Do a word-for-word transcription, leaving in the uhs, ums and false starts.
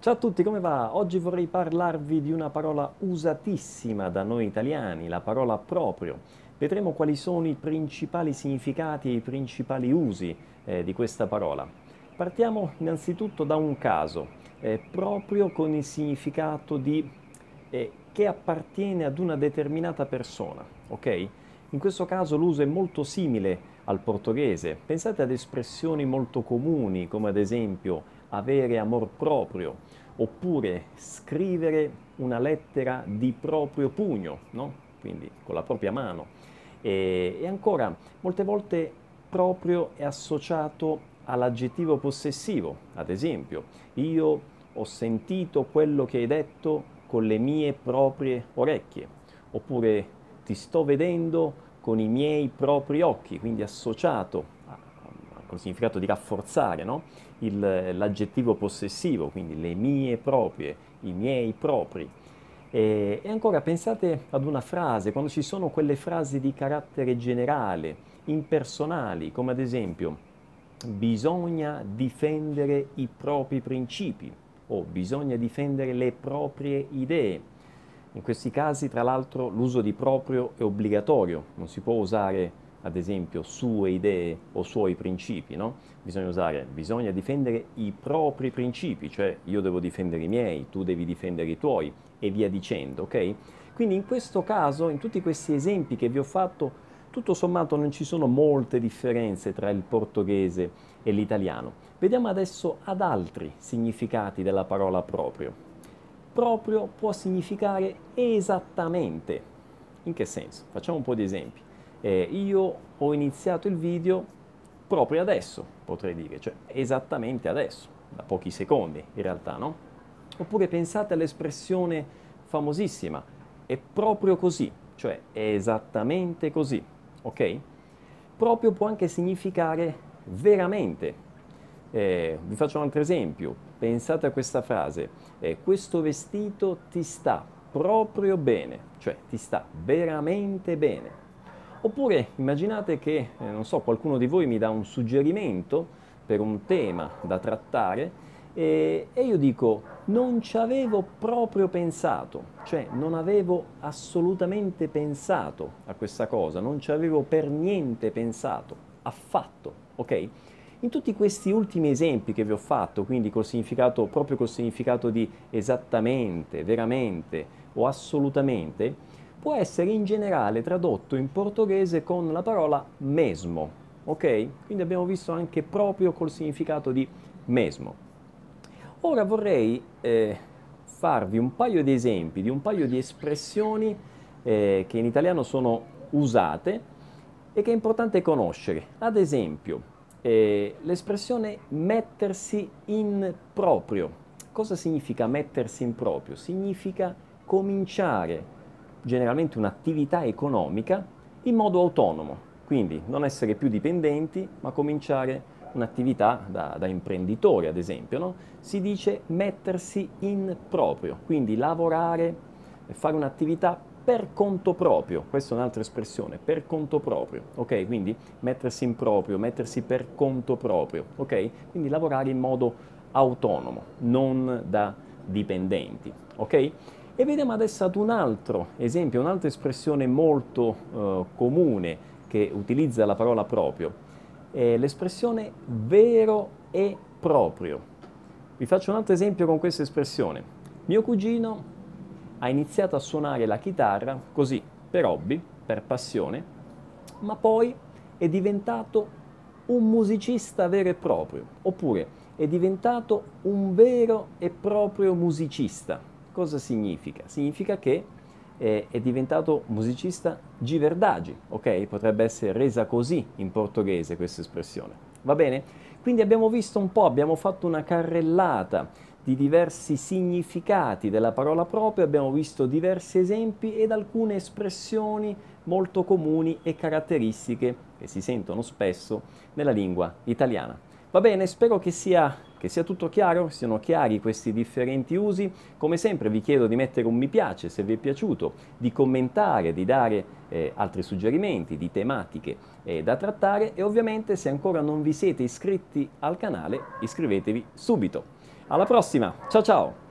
Ciao a tutti, come va? Oggi vorrei parlarvi di una parola usatissima da noi italiani, la parola proprio. Vedremo quali sono i principali significati e i principali usi eh, di questa parola. Partiamo innanzitutto da un caso, eh, proprio con il significato di eh, che appartiene ad una determinata persona, ok? In questo caso l'uso è molto simile al portoghese. Pensate ad espressioni molto comuni, come ad esempio avere amor proprio, oppure scrivere una lettera di proprio pugno, no? Quindi con la propria mano. E, e ancora, molte volte proprio è associato all'aggettivo possessivo, ad esempio, io ho sentito quello che hai detto con le mie proprie orecchie, oppure ti sto vedendo con i miei propri occhi, quindi associato a, a, col significato di rafforzare, no? Il, l'aggettivo possessivo, quindi le mie proprie, i miei propri. E, e ancora pensate ad una frase, quando ci sono quelle frasi di carattere generale, impersonali, come ad esempio bisogna difendere i propri principi o bisogna difendere le proprie idee. In questi casi, tra l'altro, l'uso di proprio è obbligatorio, non si può usare ad esempio sue idee o suoi principi, no? Bisogna usare, bisogna difendere i propri principi, cioè io devo difendere i miei, tu devi difendere i tuoi e via dicendo, ok? Quindi in questo caso, in tutti questi esempi che vi ho fatto, tutto sommato non ci sono molte differenze tra il portoghese e l'italiano. Vediamo adesso ad altri significati della parola proprio. Proprio può significare esattamente. In che senso? Facciamo un po' di esempi. Eh, io ho iniziato il video proprio adesso, potrei dire, cioè esattamente adesso, da pochi secondi in realtà, no? Oppure pensate all'espressione famosissima, è proprio così, cioè è esattamente così, ok? Proprio può anche significare veramente. Eh, vi faccio un altro esempio, pensate a questa frase, eh, questo vestito ti sta proprio bene, cioè ti sta veramente bene. Oppure immaginate che, eh, non so, qualcuno di voi mi dà un suggerimento per un tema da trattare e, e io dico, non ci avevo proprio pensato, cioè non avevo assolutamente pensato a questa cosa, non ci avevo per niente pensato, affatto, ok? In tutti questi ultimi esempi che vi ho fatto, quindi col significato, proprio col significato di esattamente, veramente o assolutamente, può essere in generale tradotto in portoghese con la parola mesmo, ok? Quindi abbiamo visto anche proprio col significato di mesmo. Ora vorrei eh, farvi un paio di esempi di un paio di espressioni eh, che in italiano sono usate e che è importante conoscere. Ad esempio, eh, l'espressione mettersi in proprio. Cosa significa mettersi in proprio? Significa cominciare generalmente un'attività economica in modo autonomo, quindi non essere più dipendenti, ma cominciare un'attività da, da imprenditore, ad esempio, no? Si dice mettersi in proprio, quindi lavorare, fare un'attività per conto proprio, questa è un'altra espressione, per conto proprio, ok? Quindi mettersi in proprio, mettersi per conto proprio, ok? Quindi lavorare in modo autonomo, non da dipendenti, ok? E vediamo adesso ad un altro esempio, un'altra espressione molto eh, comune che utilizza la parola proprio, è l'espressione vero e proprio. Vi faccio un altro esempio con questa espressione. Mio cugino ha iniziato a suonare la chitarra così, per hobby, per passione, ma poi è diventato un musicista vero e proprio, oppure è diventato un vero e proprio musicista. Cosa significa? Significa che eh, è diventato musicista di verdade, ok? Potrebbe essere resa così in portoghese questa espressione. Va bene? Quindi abbiamo visto un po', abbiamo fatto una carrellata di diversi significati della parola proprio, abbiamo visto diversi esempi ed alcune espressioni molto comuni e caratteristiche che si sentono spesso nella lingua italiana. Va bene, spero che sia, che sia tutto chiaro, siano chiari questi differenti usi. Come sempre vi chiedo di mettere un mi piace se vi è piaciuto, di commentare, di dare eh, altri suggerimenti di tematiche eh, da trattare e ovviamente se ancora non vi siete iscritti al canale iscrivetevi subito. Alla prossima, ciao ciao!